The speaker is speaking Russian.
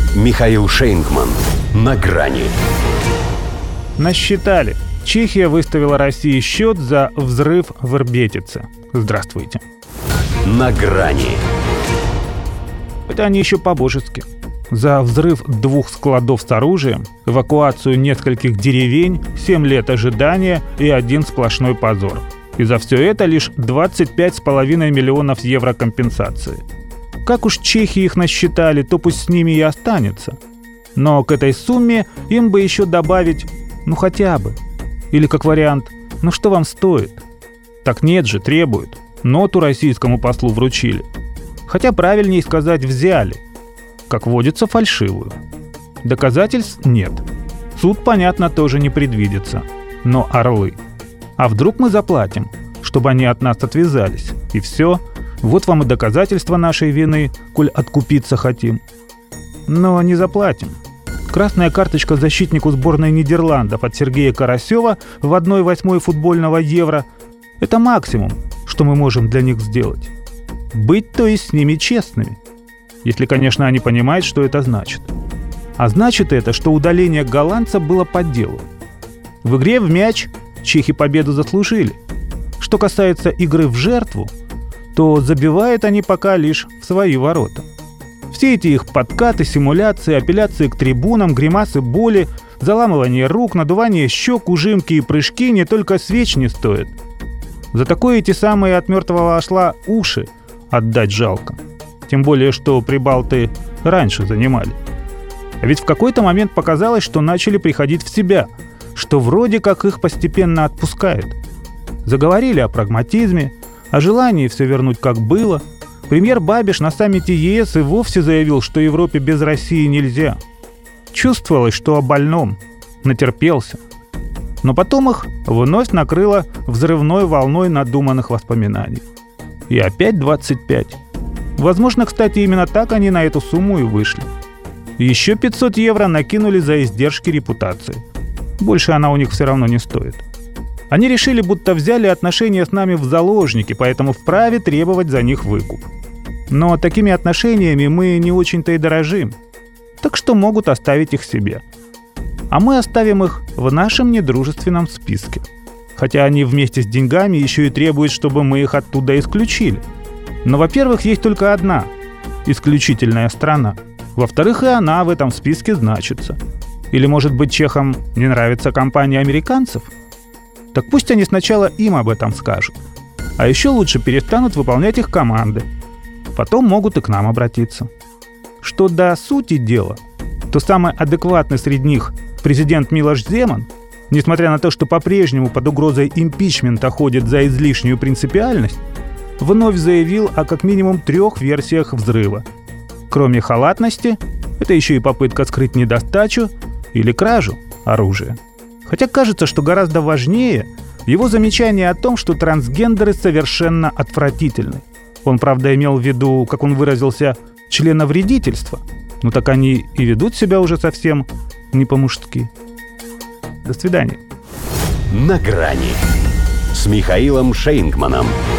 Михаил Шейнгман. На грани. Насчитали. Чехия выставила России счет за взрыв в Ирбетице. Здравствуйте. На грани. Это они еще по-божески. За взрыв 2 складов с оружием, эвакуацию нескольких деревень, 7 лет ожидания и один сплошной позор. И за все это лишь 25,5 миллионов евро компенсации. Как уж чехи их насчитали, то пусть с ними и останется. Но к этой сумме им бы еще добавить, хотя бы. Или как вариант, что вам стоит? Так нет же, требуют. Ноту российскому послу вручили. Хотя правильнее сказать взяли. Как водится, фальшивую. Доказательств нет. Суд, понятно, тоже не предвидится. Но орлы. А вдруг мы заплатим, чтобы они от нас отвязались? И все. Вот вам и доказательства нашей вины, коль откупиться хотим. Но не заплатим. Красная карточка защитнику сборной Нидерландов от Сергея Карасева в 1/8 футбольного Евро – это максимум, что мы можем для них сделать. Быть, то есть, с ними честными. Если, конечно, они понимают, что это значит. А значит это, что удаление голландца было по делу. В игре в мяч чехи победу заслужили. Что касается игры в жертву, то забивают они пока лишь в свои ворота. Все эти их подкаты, симуляции, апелляции к трибунам, гримасы боли, заламывание рук, надувание щек, ужимки и прыжки не только свеч не стоят. За такое эти самые от мертвого осла уши отдать жалко. Тем более, что прибалты раньше занимали. А ведь в какой-то момент показалось, что начали приходить в себя, что вроде как их постепенно отпускает. Заговорили о прагматизме, о желании все вернуть как было. Премьер Бабиш на саммите ЕС и вовсе заявил, что Европе без России нельзя. Чувствовалось, что о больном, натерпелся. Но потом их вновь накрыло взрывной волной надуманных воспоминаний. И опять 25. Возможно, кстати, именно так они на эту сумму и вышли. Еще 500 евро накинули за издержки репутации. Больше она у них все равно не стоит. Они решили, будто взяли отношения с нами в заложники, поэтому вправе требовать за них выкуп. Но такими отношениями мы не очень-то и дорожим. Так что могут оставить их себе. А мы оставим их в нашем недружественном списке. Хотя они вместе с деньгами еще и требуют, чтобы мы их оттуда исключили. Но, во-первых, есть только одна исключительная страна. Во-вторых, и она в этом списке значится. Или, может быть, чехам не нравится компания американцев? Так пусть они сначала им об этом скажут. А еще лучше перестанут выполнять их команды. Потом могут и к нам обратиться. Что до сути дела, то самый адекватный среди них президент Милош Земан, несмотря на то, что по-прежнему под угрозой импичмента ходит за излишнюю принципиальность, вновь заявил о как минимум 3 версиях взрыва. Кроме халатности, это еще и попытка скрыть недостачу или кражу оружия. Хотя кажется, что гораздо важнее его замечание о том, что трансгендеры совершенно отвратительны. Он, правда, имел в виду, как он выразился, членовредительство. Ну так они и ведут себя уже совсем не по-мужски. До свидания. На грани с Михаилом Шейнгманом.